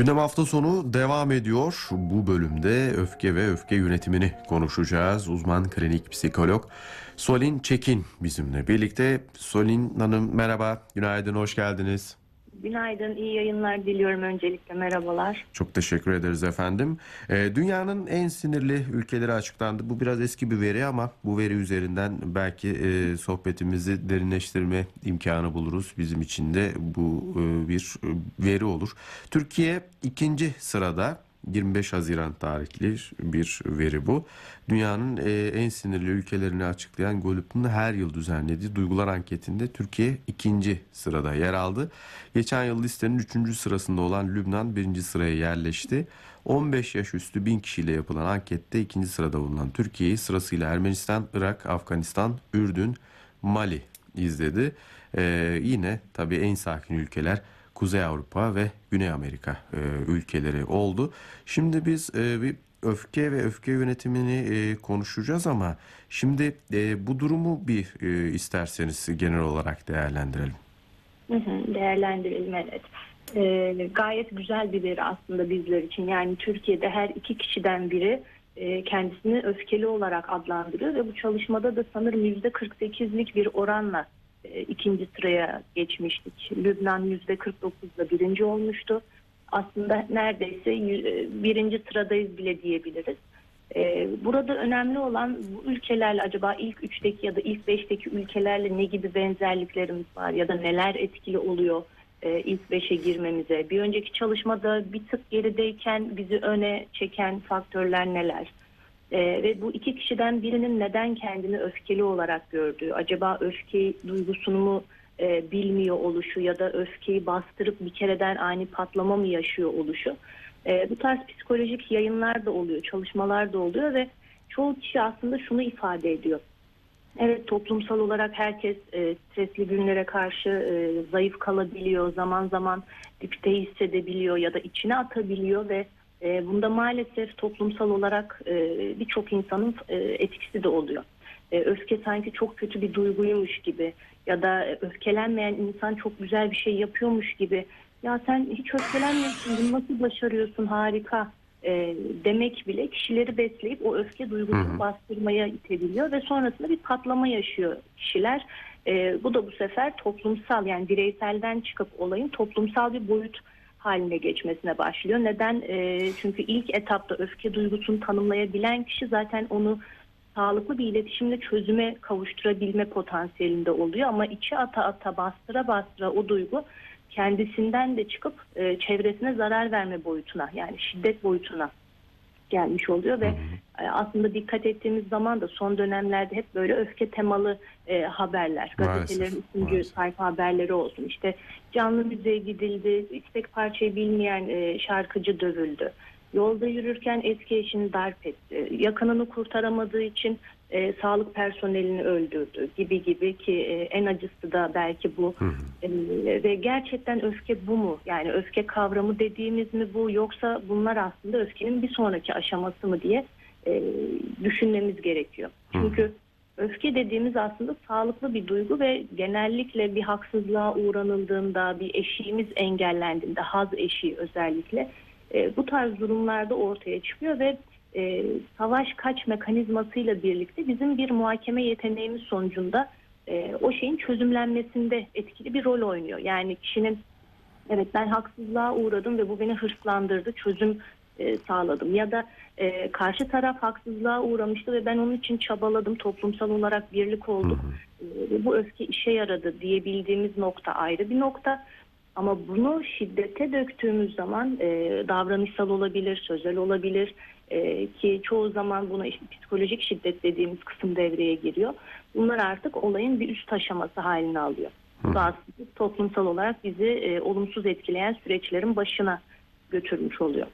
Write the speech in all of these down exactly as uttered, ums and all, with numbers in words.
Gündem hafta sonu devam ediyor. Bu bölümde öfke ve öfke yönetimini konuşacağız. Uzman klinik psikolog Solin Çekin bizimle birlikte. Solin Hanım merhaba, günaydın, hoş geldiniz. Günaydın, iyi yayınlar diliyorum öncelikle. Merhabalar. Çok teşekkür ederiz efendim. Ee, dünyanın en sinirli ülkeleri açıklandı. Bu biraz eski bir veri ama bu veri üzerinden belki e, sohbetimizi derinleştirme imkanı buluruz. Bizim için de bu e, bir e, veri olur. Türkiye ikinci sırada. yirmi beş Haziran tarihli bir veri bu. Dünyanın e, en sinirli ülkelerini açıklayan Galup'un her yıl düzenlediği duygular anketinde Türkiye ikinci sırada yer aldı. Geçen yıl listenin üçüncü sırasında olan Lübnan birinci sıraya yerleşti. on beş yaş üstü bin kişiyle yapılan ankette ikinci sırada bulunan Türkiye'yi sırasıyla Ermenistan, Irak, Afganistan, Ürdün, Mali izledi. E, yine tabii en sakin ülkeler Kuzey Avrupa ve Güney Amerika e, ülkeleri oldu. Şimdi biz e, bir öfke ve öfke yönetimini e, konuşacağız ama şimdi e, bu durumu bir e, isterseniz genel olarak değerlendirelim. Hı hı, değerlendirelim, evet. Ee, gayet güzel bir veri aslında bizler için. Yani Türkiye'de her iki kişiden biri e, kendisini öfkeli olarak adlandırıyor ve bu çalışmada da sanırım yüzde kırk sekizlik bir oranla e, ikinci sıraya geçmiştik. Lübnan yüzde kırk dokuzla birinci olmuştu. Aslında neredeyse e, birinci sıradayız bile diyebiliriz. Ee, burada önemli olan bu ülkelerle acaba ilk üçteki ya da ilk beşteki ülkelerle ne gibi benzerliklerimiz var ya da neler etkili oluyor e, ilk beşe girmemize. Bir önceki çalışmada bir tık gerideyken bizi öne çeken faktörler neler? Ee, ve bu iki kişiden birinin neden kendini öfkeli olarak gördüğü, acaba öfke duygusunu mu e, bilmiyor oluşu ya da öfkeyi bastırıp bir kereden ani patlama mı yaşıyor oluşu. E, bu tarz psikolojik yayınlar da oluyor, çalışmalar da oluyor ve çoğu kişi aslında şunu ifade ediyor. Evet, toplumsal olarak herkes e, stresli günlere karşı e, zayıf kalabiliyor, zaman zaman dipte hissedebiliyor ya da içine atabiliyor ve e, bunda maalesef toplumsal olarak e, birçok insanın e, etkisi de oluyor. E, öfke sanki çok kötü bir duyguymuş gibi ya da e, öfkelenmeyen insan çok güzel bir şey yapıyormuş gibi. Ya sen hiç öfkelenmiyorsun, bunu nasıl başarıyorsun, harika e, demek bile kişileri besleyip o öfke duygusunu bastırmaya itebiliyor ve sonrasında bir patlama yaşıyor kişiler. E, bu da bu sefer toplumsal, yani bireyselden çıkıp olayın toplumsal bir boyut haline geçmesine başlıyor. Neden? E, çünkü ilk etapta öfke duygusunu tanımlayabilen kişi zaten onu sağlıklı bir iletişimle çözüme kavuşturabilme potansiyelinde oluyor ama içi ata ata bastıra bastıra o duygu kendisinden de çıkıp e, çevresine zarar verme boyutuna, yani şiddet boyutuna gelmiş oluyor ve e, aslında dikkat ettiğimiz zaman da son dönemlerde hep böyle öfke temalı e, haberler, gazetelerin üçüncü sayfa haberleri olsun, işte canlı müziğe gidildi, istek parçayı bilmeyen e, şarkıcı dövüldü, yolda yürürken eski eşini darp etti, yakınını kurtaramadığı için e, sağlık personelini öldürdü gibi gibi ki e, en acısı da belki bu. Hı hı. E, ve gerçekten öfke bu mu? Yani öfke kavramı dediğimiz mi bu, yoksa bunlar aslında öfkenin bir sonraki aşaması mı diye e, düşünmemiz gerekiyor. Hı hı. Çünkü öfke dediğimiz aslında sağlıklı bir duygu ve genellikle bir haksızlığa uğranıldığında, bir eşiğimiz engellendiğinde, haz eşiği özellikle e, bu tarz durumlarda ortaya çıkıyor ve e, savaş kaç mekanizmasıyla birlikte bizim bir muhakeme yeteneğimiz sonucunda e, o şeyin çözümlenmesinde etkili bir rol oynuyor. Yani kişinin, evet ben haksızlığa uğradım ve bu beni hırslandırdı, çözüm e, sağladım ya da e, karşı taraf haksızlığa uğramıştı ve ben onun için çabaladım, toplumsal olarak birlik olduk, e, bu öfke işe yaradı diyebildiğimiz nokta ayrı bir nokta. Ama bunu şiddete döktüğümüz zaman e, davranışsal olabilir, sözel olabilir e, ki çoğu zaman buna işte psikolojik şiddet dediğimiz kısım devreye giriyor. Bunlar artık olayın bir üst aşaması haline alıyor. Bu da aslında toplumsal olarak bizi e, olumsuz etkileyen süreçlerin başına götürmüş oluyor.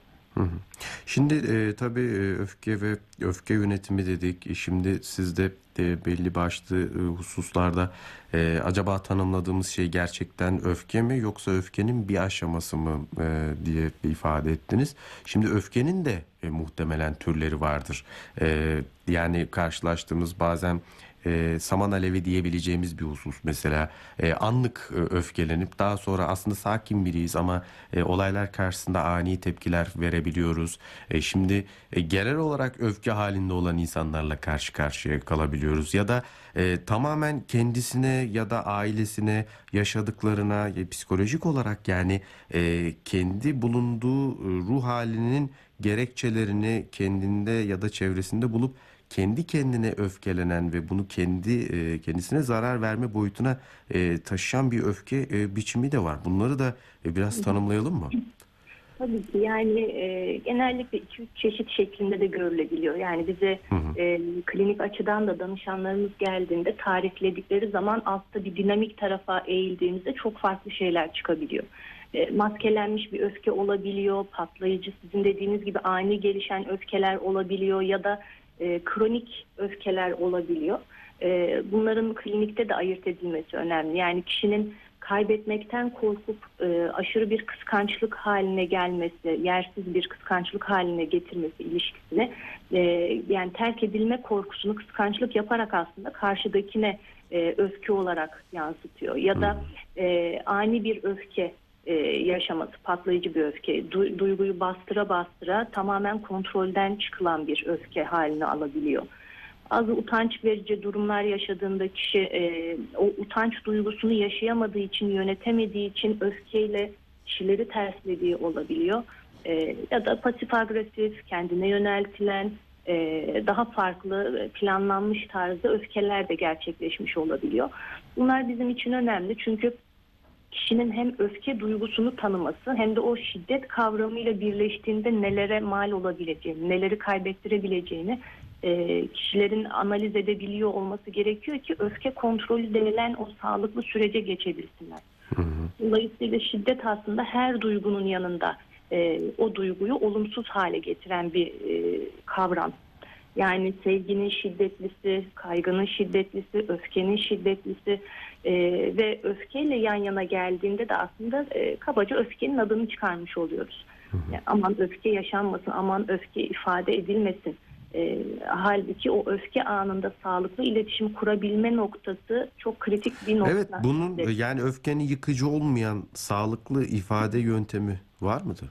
Şimdi e, tabii e, öfke ve öfke yönetimi dedik. Şimdi sizde e, belli başlı e, hususlarda e, acaba tanımladığımız şey gerçekten öfke mi yoksa öfkenin bir aşaması mı e, diye ifade ettiniz. Şimdi öfkenin de e, muhtemelen türleri vardır. E, yani karşılaştığımız bazen e, saman alevi diyebileceğimiz bir husus. Mesela e, anlık e, öfkelenip daha sonra aslında sakin biriyiz ama e, olaylar karşısında ani tepkiler verebiliyoruz. E, şimdi e, genel olarak öfke halinde olan insanlarla karşı karşıya kalabiliyoruz. Ya da e, tamamen kendisine ya da ailesine yaşadıklarına e, psikolojik olarak yani e, kendi bulunduğu e, ruh halinin gerekçelerini kendinde ya da çevresinde bulup kendi kendine öfkelenen ve bunu kendi e, kendisine zarar verme boyutuna e, taşıyan bir öfke e, biçimi de var. Bunları da e, biraz tanımlayalım mı? Tabii ki yani e, genellikle iki üç çeşit şeklinde de görülebiliyor. Yani bize Hı hı. e, klinik açıdan da danışanlarımız geldiğinde tarifledikleri zaman altta bir dinamik tarafa eğildiğimizde çok farklı şeyler çıkabiliyor. E, maskelenmiş bir öfke olabiliyor, patlayıcı sizin dediğiniz gibi ani gelişen öfkeler olabiliyor ya da e, kronik öfkeler olabiliyor. E, bunların klinikte de ayırt edilmesi önemli. Yani kişinin kaybetmekten korkup e, aşırı bir kıskançlık haline gelmesi, yersiz bir kıskançlık haline getirmesi ilişkisini, e, yani terk edilme korkusunu kıskançlık yaparak aslında karşıdakine e, öfke olarak yansıtıyor. Ya da e, ani bir öfke e, yaşaması, patlayıcı bir öfke, du- duyguyu bastıra bastıra tamamen kontrolden çıkılan bir öfke haline alabiliyor. Az utanç verici durumlar yaşadığında kişi e, o utanç duygusunu yaşayamadığı için, yönetemediği için öfkeyle kişileri terslediği olabiliyor. E, ya da pasif agresif, kendine yöneltilen, e, daha farklı planlanmış tarzda öfkeler de gerçekleşmiş olabiliyor. Bunlar bizim için önemli çünkü kişinin hem öfke duygusunu tanıması hem de o şiddet kavramıyla birleştiğinde nelere mal olabileceğini, neleri kaybettirebileceğini e, kişilerin analiz edebiliyor olması gerekiyor ki öfke kontrolü denilen o sağlıklı sürece geçebilsinler. Hı hı. Dolayısıyla şiddet aslında her duygunun yanında e, o duyguyu olumsuz hale getiren bir e, kavram. Yani sevginin şiddetlisi, kaygının şiddetlisi, öfkenin şiddetlisi e, ve öfkeyle yan yana geldiğinde de aslında e, kabaca öfkenin adını çıkarmış oluyoruz. Yani aman öfke yaşanmasın, aman öfke ifade edilmesin. E, halbuki o öfke anında sağlıklı iletişim kurabilme noktası çok kritik bir Evet, nokta. bunun e, yani öfkenin yıkıcı olmayan sağlıklı ifade yöntemi var mıdır?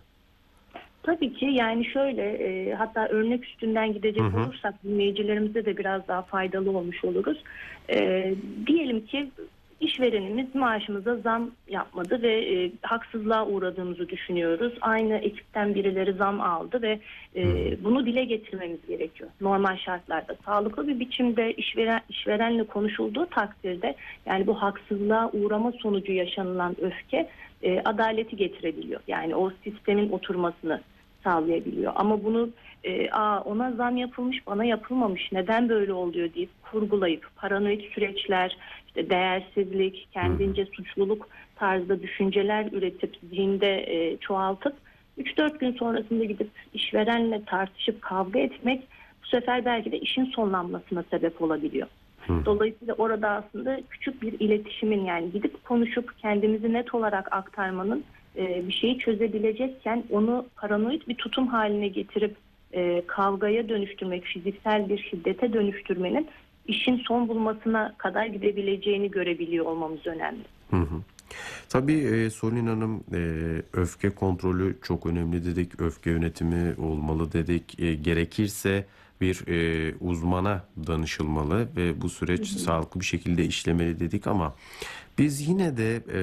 Tabii ki yani şöyle e, hatta örnek üstünden Hı gidecek hı. olursak dinleyicilerimize de biraz daha faydalı olmuş oluruz. E, diyelim ki işverenimiz maaşımıza zam yapmadı ve e, haksızlığa uğradığımızı düşünüyoruz. Aynı ekipten birileri zam aldı ve Hı e, bunu dile getirmemiz gerekiyor. Normal şartlarda sağlıklı bir biçimde işveren işverenle konuşulduğu takdirde yani bu haksızlığa uğrama sonucu yaşanılan öfke e, adaleti getirebiliyor. Yani o sistemin oturmasını sağlayabiliyor. Ama bunu e, Aa, ona zam yapılmış bana yapılmamış neden böyle oluyor deyip kurgulayıp paranoid süreçler, işte değersizlik, kendince suçluluk tarzda düşünceler üretip zihinde e, çoğaltıp üç dört gün sonrasında gidip işverenle tartışıp kavga etmek bu sefer belki de işin sonlanmasına sebep olabiliyor. Hı. Dolayısıyla orada aslında küçük bir iletişimin yani gidip konuşup kendimizi net olarak aktarmanın e, bir şeyi çözebilecekken onu paranoid bir tutum haline getirip e, kavgaya dönüştürmek, fiziksel bir şiddete dönüştürmenin işin son bulmasına kadar gidebileceğini görebiliyor olmamız önemli. Hı hı. Tabii e, Solin Hanım e, öfke kontrolü çok önemli dedik. Öfke yönetimi olmalı dedik. E, gerekirse bir e, uzmana danışılmalı ve bu süreç sağlıklı bir şekilde işlemeli dedik ama biz yine de e,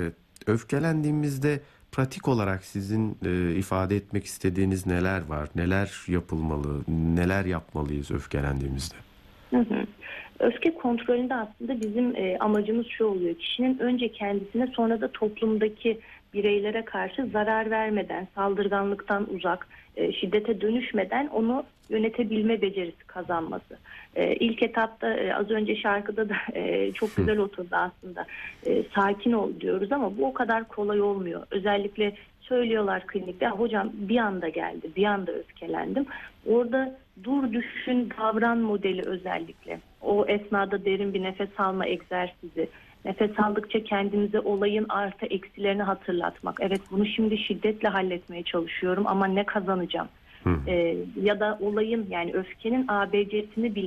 öfkelendiğimizde pratik olarak sizin e, ifade etmek istediğiniz neler var? Neler yapılmalı? Neler yapmalıyız öfkelendiğimizde? Hı hı. Öfke kontrolünde aslında bizim e, amacımız şu oluyor. Kişinin önce kendisine sonra da toplumdaki bireylere karşı zarar vermeden, saldırganlıktan uzak, e, şiddete dönüşmeden onu yönetebilme becerisi kazanması. E, ilk etapta e, az önce şarkıda da e, çok güzel oturdu aslında. E, sakin ol diyoruz ama bu o kadar kolay olmuyor. Özellikle söylüyorlar klinikte hocam bir anda geldi, bir anda öfkelendim. Orada dur düşün davran modeli özellikle. O esnada derin bir nefes alma egzersizi. Nefes aldıkça kendimize olayın artı eksilerini hatırlatmak. Evet bunu şimdi şiddetle halletmeye çalışıyorum ama ne kazanacağım? Hı. Ee, ya da olayın yani öfkenin A B C'sini bilmek.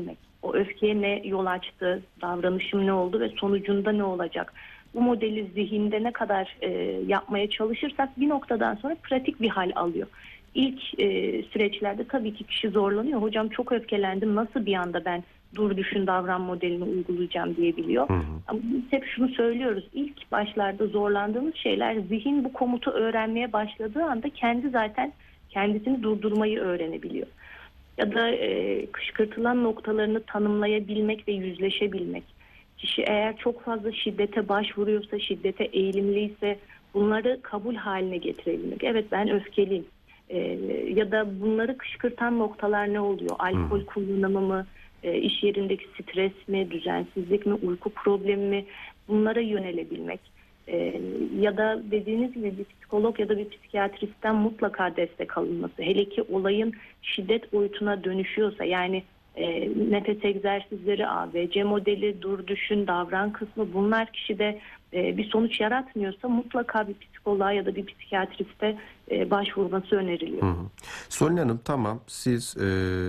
O öfkeye ne yol açtı, davranışım ne oldu ve sonucunda ne olacak? Bu modeli zihinde ne kadar e, yapmaya çalışırsak bir noktadan sonra pratik bir hal alıyor. İlk e, süreçlerde tabii ki kişi zorlanıyor. Hocam çok öfkelendim, nasıl bir anda ben dur düşün davran modelini uygulayacağım diyebiliyor. Hı hı. Ama biz hep şunu söylüyoruz. İlk başlarda zorlandığımız şeyler, zihin bu komutu öğrenmeye başladığı anda kendi zaten kendisini durdurmayı öğrenebiliyor. Ya da e, kışkırtılan noktalarını tanımlayabilmek ve yüzleşebilmek. Kişi eğer çok fazla şiddete başvuruyorsa, şiddete eğilimliyse bunları kabul haline getirebilmek. Evet, ben öfkeliyim. E, ya da bunları kışkırtan noktalar ne oluyor? Alkol kullanımı mı, e, iş yerindeki stres mi, düzensizlik mi, uyku problemi mi? Bunlara yönelebilmek. E, ya da dediğiniz gibi bir psikolog ya da bir psikiyatristten mutlaka destek alınması. Hele ki olayın şiddet boyutuna dönüşüyorsa, yani e, nefes egzersizleri, A B C modeli, dur düşün davran kısmı, bunlar kişide e, bir sonuç yaratmıyorsa mutlaka bir psikoloğa ya da bir psikiyatriste e, başvurması öneriliyor. Hı hı. Solin Hanım, tamam, siz e,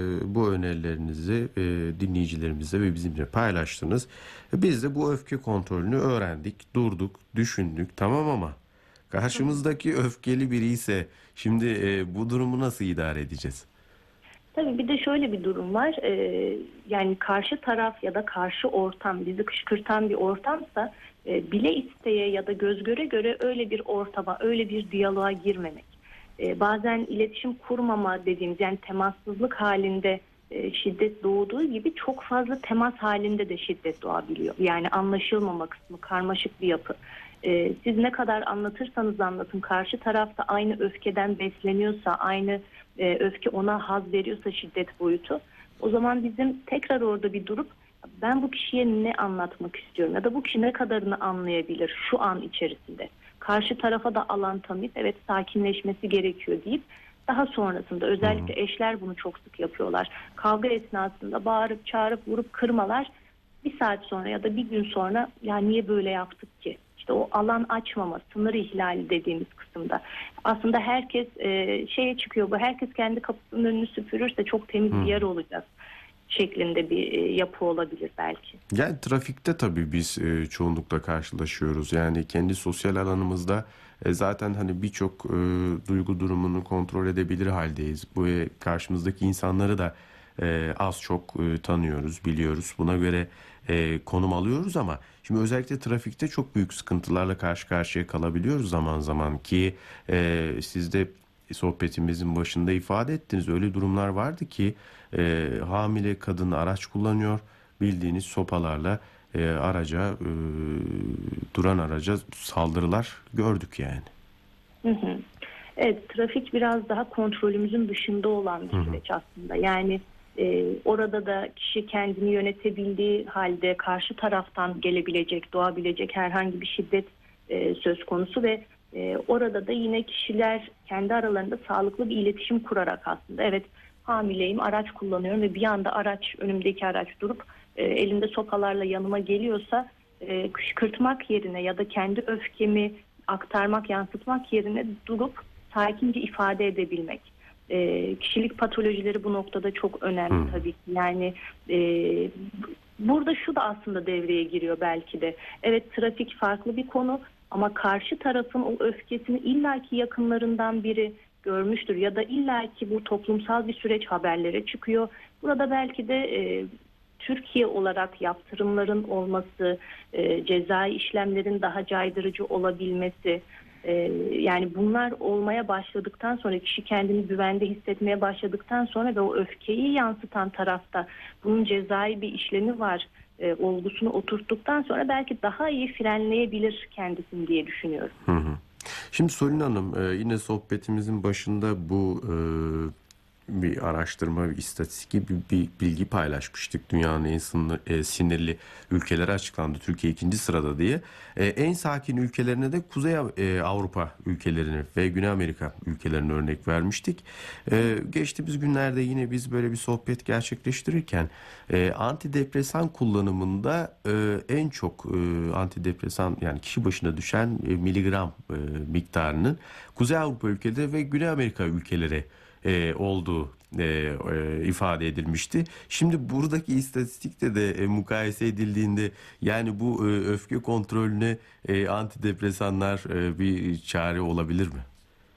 bu önerilerinizi e, dinleyicilerimizle ve bizimle paylaştınız. Biz de bu öfke kontrolünü öğrendik, durduk, düşündük, tamam, ama karşımızdaki öfkeli biri ise şimdi e, bu durumu nasıl idare edeceğiz? Tabii bir de şöyle bir durum var. Ee, yani karşı taraf ya da karşı ortam bizi kışkırtan bir ortamsa e, bile isteye ya da göz göre göre öyle bir ortama, öyle bir diyaloğa girmemek. Ee, bazen iletişim kurmama dediğimiz, yani temassızlık halinde e, şiddet doğduğu gibi çok fazla temas halinde de şiddet doğabiliyor. Yani anlaşılmama kısmı, karmaşık bir yapı. Ee, siz ne kadar anlatırsanız anlatın, karşı tarafta aynı öfkeden besleniyorsa, aynı e, öfke ona haz veriyorsa, şiddet boyutu, o zaman bizim tekrar orada bir durup ben bu kişiye ne anlatmak istiyorum ya da bu kişi ne kadarını anlayabilir şu an içerisinde. Karşı tarafa da alan tanıyıp evet sakinleşmesi gerekiyor deyip daha sonrasında, özellikle eşler bunu çok sık yapıyorlar. Kavga esnasında bağırıp çağırıp vurup kırmalar, bir saat sonra ya da bir gün sonra ya niye böyle yaptık ki? İşte o alan açmama, sınır ihlali dediğimiz kısımda. Aslında herkes e, şeye çıkıyor, bu herkes kendi kapısının önünü süpürürse çok temiz bir yer olacak şeklinde bir e, yapı olabilir belki. Yani trafikte tabii biz e, çoğunlukla karşılaşıyoruz. Yani kendi sosyal alanımızda e, zaten hani birçok e, duygu durumunu kontrol edebilir haldeyiz. Bu e, karşımızdaki insanları da e, az çok e, tanıyoruz, biliyoruz. Buna göre e, konum alıyoruz, ama şimdi özellikle trafikte çok büyük sıkıntılarla karşı karşıya kalabiliyoruz zaman zaman ki e, siz de sohbetimizin başında ifade ettiniz. Öyle durumlar vardı ki e, hamile kadın araç kullanıyor. Bildiğiniz sopalarla e, araca, e, duran araca saldırılar gördük yani. Hı hı. Evet, trafik biraz daha kontrolümüzün dışında olan bir süreç aslında. Yani e, orada da kişi kendini yönetebildiği halde karşı taraftan gelebilecek, doğabilecek herhangi bir şiddet e, söz konusu ve e, orada da yine kişiler kendi aralarında sağlıklı bir iletişim kurarak aslında evet hamileyim, araç kullanıyorum ve bir anda araç, önümdeki araç durup e, elinde sopalarla yanıma geliyorsa e, kışkırtmak yerine ya da kendi öfkemi aktarmak, yansıtmak yerine durup sakince ifade edebilmek. E, kişilik patolojileri bu noktada çok önemli Hmm. tabii ki. Yani e, burada şu da aslında devreye giriyor belki de. Evet, trafik farklı bir konu ama karşı tarafın o öfkesini illaki yakınlarından biri görmüştür ya da illaki bu toplumsal bir süreç, haberlere çıkıyor. Burada belki de e, Türkiye olarak yaptırımların olması, e, cezai işlemlerin daha caydırıcı olabilmesi, e, yani bunlar olmaya başladıktan sonra, kişi kendini güvende hissetmeye başladıktan sonra ve o öfkeyi yansıtan tarafta bunun cezai bir işlemi var e, olgusunu oturttuktan sonra belki daha iyi frenleyebilir kendisini diye düşünüyorum. Hı hı. Şimdi Solin Hanım, e, yine sohbetimizin başında bu e, bir araştırma, bir istatistik, bir, bir bilgi paylaşmıştık. Dünyanın en sınır, e, sinirli ülkeleri açıklandı. Türkiye ikinci sırada diye. E, en sakin ülkelerine de Kuzey e, Avrupa ülkelerini ve Güney Amerika ülkelerini örnek vermiştik. E, geçtiğimiz günlerde yine biz böyle bir sohbet gerçekleştirirken e, antidepresan kullanımında e, en çok e, antidepresan, yani kişi başına düşen e, miligram e, miktarının Kuzey Avrupa ülkeleri ve Güney Amerika ülkeleri e, olduğu e, e, ifade edilmişti. Şimdi buradaki istatistikte de e, mukayese edildiğinde yani bu e, öfke kontrolüne e, antidepresanlar e, bir çare olabilir mi?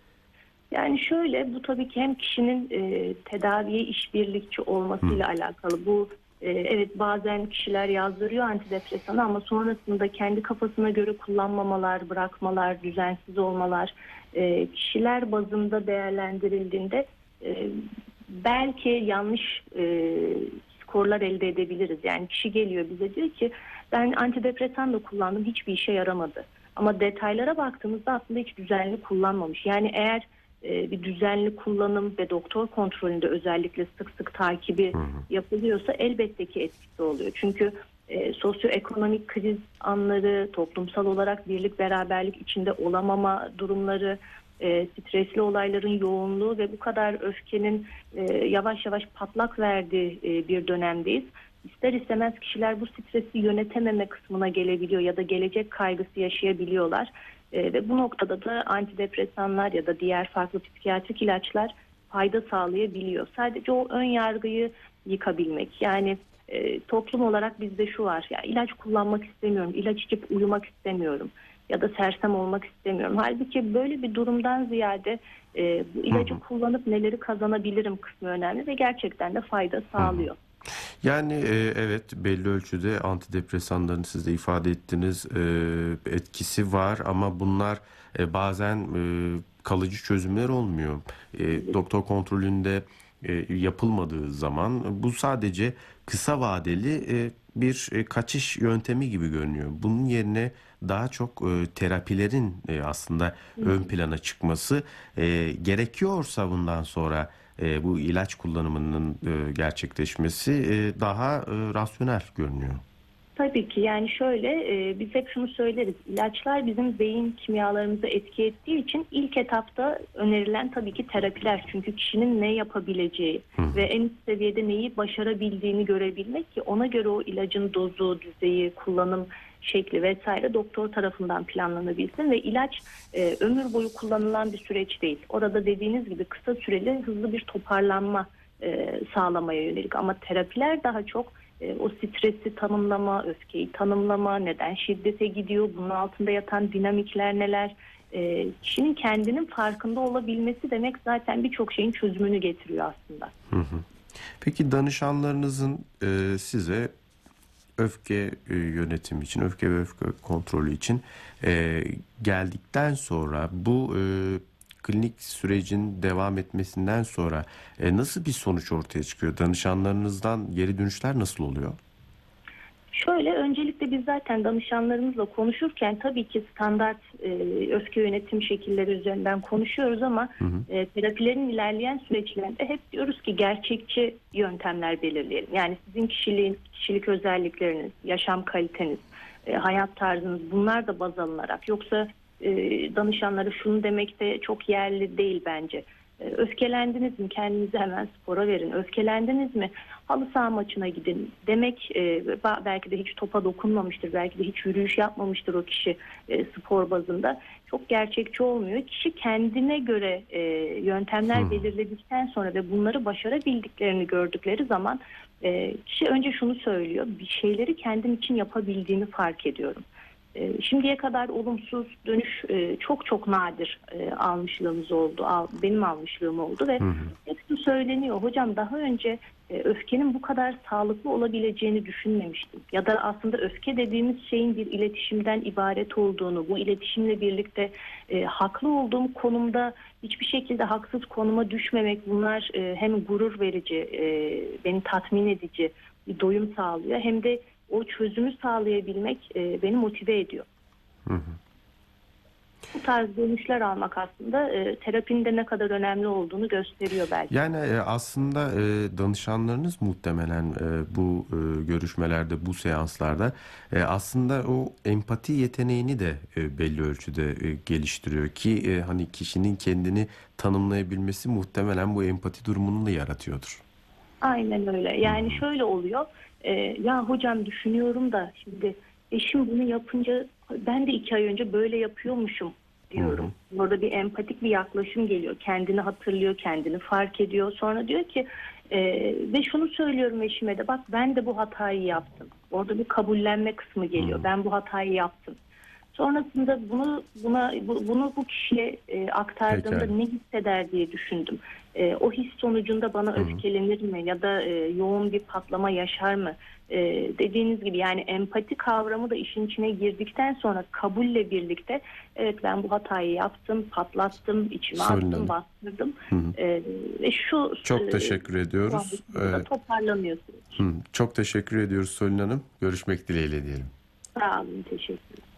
Yani şöyle, bu tabii ki hem kişinin e, tedaviye işbirlikçi olmasıyla alakalı. Bu e, evet, bazen kişiler yazdırıyor antidepresanı ama sonrasında kendi kafasına göre kullanmamalar, bırakmalar, düzensiz olmalar e, kişiler bazında değerlendirildiğinde e, belki yanlış e, skorlar elde edebiliriz. Yani kişi geliyor bize, diyor ki ben antidepresan da kullandım, hiçbir işe yaramadı. Ama detaylara baktığımızda aslında hiç düzenli kullanmamış. Yani eğer e, bir düzenli kullanım ve doktor kontrolünde özellikle sık sık takibi Hı hı. yapılıyorsa elbette ki etkisi oluyor. Çünkü e, sosyoekonomik kriz anları, toplumsal olarak birlik beraberlik içinde olamama durumları, e, stresli olayların yoğunluğu ve bu kadar öfkenin e, yavaş yavaş patlak verdiği e, bir dönemdeyiz. İster istemez kişiler bu stresi yönetememe kısmına gelebiliyor ya da gelecek kaygısı yaşayabiliyorlar. E, ve bu noktada da antidepresanlar ya da diğer farklı psikiyatrik ilaçlar fayda sağlayabiliyor. Sadece o ön yargıyı yıkabilmek. Yani e, toplum olarak bizde şu var: ya ilaç kullanmak istemiyorum, ilaç içip uyumak istemiyorum ya da sersem olmak istemiyorum. Halbuki böyle bir durumdan ziyade e, bu Hı ilacı hı. kullanıp neleri kazanabilirim kısmı önemli ve gerçekten de fayda Hı hı. sağlıyor. Yani e, evet, belli ölçüde antidepresanların siz de ifade ettiğiniz e, etkisi var ama bunlar e, bazen e, kalıcı çözümler olmuyor. E, doktor kontrolünde e, yapılmadığı zaman bu sadece kısa vadeli e, bir e, kaçış yöntemi gibi görünüyor. Bunun yerine daha çok e, terapilerin e, aslında ön plana çıkması e, gerekiyorsa bundan sonra e, bu ilaç kullanımının e, gerçekleşmesi e, daha e, rasyonel görünüyor. Tabii ki, yani şöyle, e, biz hep şunu söyleriz: ilaçlar bizim beyin kimyalarımıza etki ettiği için ilk etapta önerilen tabii ki terapiler. Çünkü kişinin ne yapabileceği Hı hı. ve en üst seviyede neyi başarabildiğini görebilmek ki ona göre o ilacın dozu, düzeyi, kullanım şekli vesaire doktor tarafından planlanabilsin. Ve ilaç e, ömür boyu kullanılan bir süreç değil. Orada dediğiniz gibi kısa süreli hızlı bir toparlanma e, sağlamaya yönelik, ama terapiler daha çok e, o stresi tanımlama, öfkeyi tanımlama, neden şiddete gidiyor, bunun altında yatan dinamikler neler, e, kişinin kendinin farkında olabilmesi demek zaten birçok şeyin çözümünü getiriyor aslında. Hı hı. Peki danışanlarınızın e, size öfke e, yönetimi için, öfke ve öfke kontrolü için e, geldikten sonra bu e, klinik sürecin devam etmesinden sonra e, nasıl bir sonuç ortaya çıkıyor? Danışanlarınızdan geri dönüşler nasıl oluyor? Şöyle, öncelikle biz zaten danışanlarımızla konuşurken tabii ki standart e, öfke yönetim şekilleri üzerinden konuşuyoruz ama Hı hı. e, terapilerin ilerleyen süreçlerinde hep diyoruz ki gerçekçi yöntemler belirleyelim. Yani sizin kişiliğin, kişilik özellikleriniz, yaşam kaliteniz, e, hayat tarzınız, bunlar da baz alınarak. Yoksa e, danışanlara şunu demek de çok yerli değil bence. E, Öfkelendiniz mi? Kendinizi hemen spora verin. Öfkelendiniz mi? Halı saha maçına gidin demek e, ba- belki de hiç topa dokunmamıştır. Belki de hiç yürüyüş yapmamıştır o kişi e, spor bazında. Çok gerçekçi olmuyor. Kişi kendine göre e, Hı yöntemler belirledikten sonra ve bunları başarabildiklerini gördükleri zaman e, kişi önce şunu söylüyor: bir şeyleri kendim için yapabildiğini fark ediyorum. E, Şimdiye kadar olumsuz dönüş e, çok çok nadir e, almışlığımız oldu. Al- Benim almışlığım oldu ve hı. Hı. hepsi söyleniyor. Hocam, daha önce e, öfkenin bu kadar sağlıklı olabileceğini düşünmemiştim. Ya da aslında öfke dediğimiz şeyin bir iletişimden ibaret olduğunu, bu iletişimle birlikte e, haklı olduğum konumda hiçbir şekilde haksız konuma düşmemek, bunlar e, hem gurur verici, e, beni tatmin edici, bir doyum sağlıyor, hem de o çözümü sağlayabilmek e, beni motive ediyor. Hı hı. Bu tarz dönüşler almak aslında e, terapinin de ne kadar önemli olduğunu gösteriyor belki. Yani e, aslında e, danışanlarınız muhtemelen e, bu e, görüşmelerde, bu seanslarda e, aslında o empati yeteneğini de e, belli ölçüde e, geliştiriyor ki e, hani kişinin kendini tanımlayabilmesi muhtemelen bu empati durumunu da yaratıyordur. Aynen öyle. Hı Yani hı. şöyle oluyor. e, ya hocam, düşünüyorum da şimdi eşim bunu yapınca ben de iki ay önce böyle yapıyormuşum diyorum. Burada bir empatik bir yaklaşım geliyor. Kendini hatırlıyor, kendini fark ediyor. Sonra diyor ki e, ve şunu söylüyorum eşime de, bak ben de bu hatayı yaptım. Orada bir kabullenme kısmı geliyor. Hı. Ben bu hatayı yaptım. Sonrasında bunu buna bu- bunu bu kişiye e, aktardığımda Pekala. ne hisseder diye düşündüm. E, o his sonucunda bana öfkelenir mi ya da e, yoğun bir patlama yaşar mı? E, dediğiniz gibi yani empati kavramı da işin içine girdikten sonra kabulle birlikte evet ben bu hatayı yaptım, patlattım, içime Sorun attım, değil. bastırdım. E, ve şu Çok e, teşekkür ediyoruz. burada Ee, toparlanıyorsunuz. hı, çok teşekkür ediyoruz Solin Hanım. Görüşmek dileğiyle diyelim. Sağ olun, teşekkür ederim.